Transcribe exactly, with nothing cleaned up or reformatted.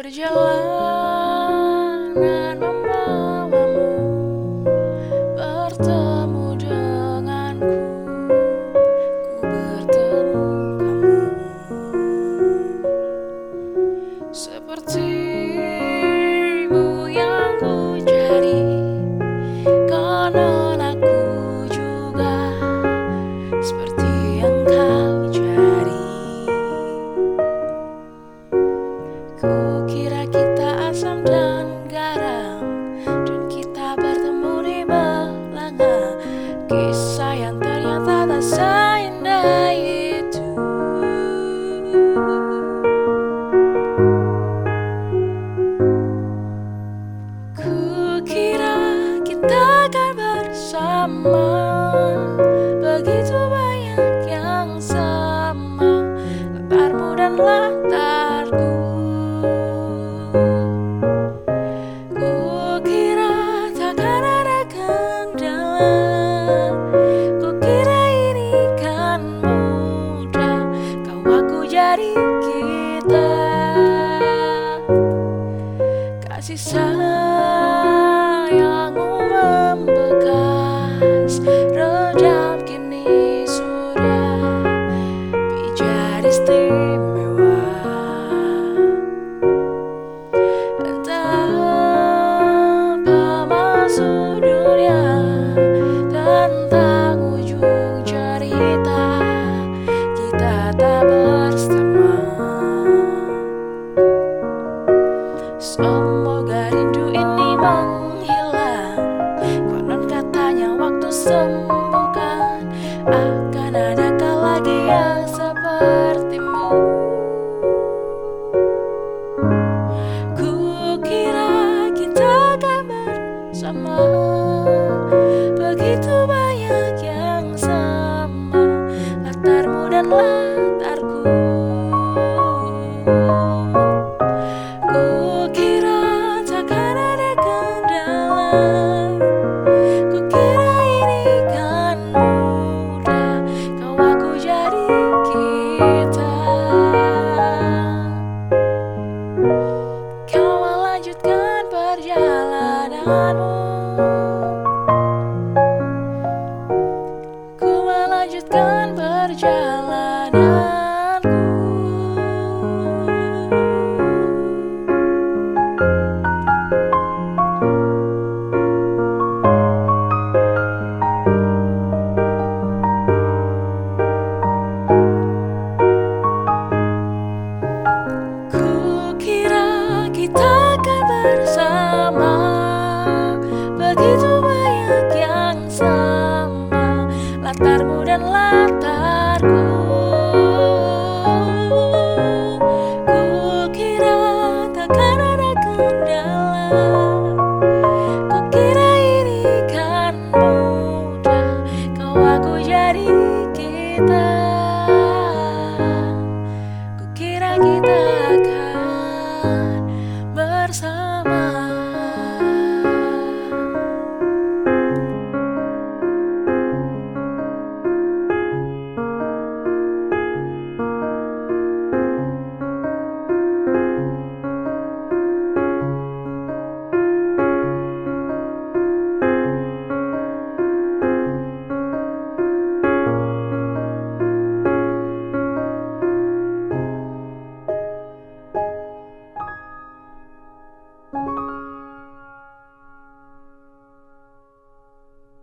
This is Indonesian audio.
Perjalanan membawamu bertemu denganku, ku bertemu kamu. Sepertimu yang ku cari, konon aku juga seperti yang kau cari. Ku kira kita asam dan garam, dan kita bertemu di belanga. Kisah yang ternyata tak seindah itu. Ku kira kita akan bersama, begitu banyak yang sama, latarmu dan latarku. Jadi kita kasih sayangmu membekas, rejam kini sudah menjadi istimewa.